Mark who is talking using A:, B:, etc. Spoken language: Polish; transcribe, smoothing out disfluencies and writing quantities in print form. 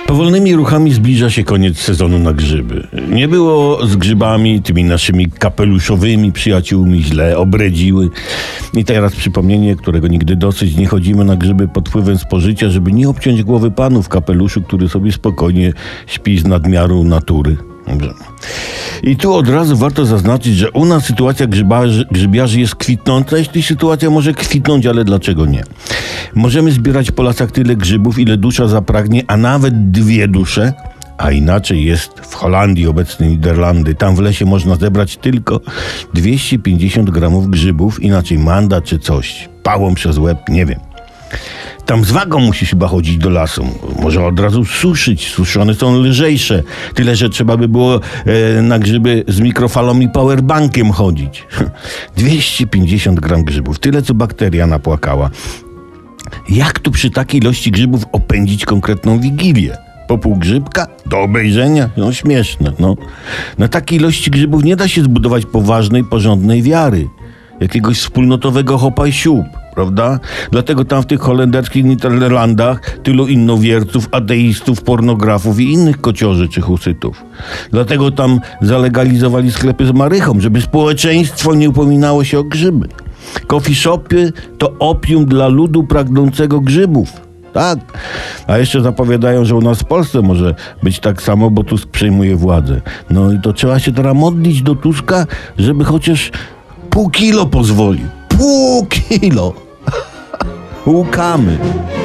A: Powolnymi ruchami zbliża się koniec sezonu na grzyby. Nie było z grzybami, tymi naszymi kapeluszowymi przyjaciółmi, źle obredziły. I teraz przypomnienie, którego nigdy dosyć, nie chodzimy na grzyby pod wpływem spożycia, żeby nie obciąć głowy panu w kapeluszu, który sobie spokojnie śpi z nadmiaru natury. Dobrze. I tu od razu warto zaznaczyć, że u nas sytuacja grzybiarzy jest kwitnąca. Jeśli sytuacja może kwitnąć, ale dlaczego nie? Możemy zbierać po lasach tyle grzybów, ile dusza zapragnie, a nawet 2 dusze. A inaczej jest w Holandii, obecnie Niderlandy. Tam w lesie można zebrać tylko 250 gramów grzybów, inaczej manda czy coś. Pałą przez łeb, nie wiem. Tam z wagą musisz chyba chodzić do lasu. Może od razu suszyć. Suszone są lżejsze. Tyle, że trzeba by było na grzyby z mikrofalą i powerbankiem chodzić. 250 gram grzybów. Tyle, co bakteria napłakała. Jak tu przy takiej ilości grzybów opędzić konkretną wigilię? Po pół grzybka? Do obejrzenia? No śmieszne, no. Na takiej ilości grzybów nie da się zbudować poważnej, porządnej wiary. Jakiegoś wspólnotowego hopa i siup, prawda? Dlatego tam w tych holenderskich Niderlandach tylu innowierców, ateistów, pornografów i innych kociorzy czy husytów. Dlatego tam zalegalizowali sklepy z marychą, żeby społeczeństwo nie upominało się o grzyby. Coffee shopy to opium dla ludu pragnącego grzybów. Tak. A jeszcze zapowiadają, że u nas w Polsce może być tak samo, bo Tusk przejmuje władzę. No i to trzeba się teraz modlić do Tuska, żeby chociaż pół kilo pozwolił. Pół kilo. Łukamy.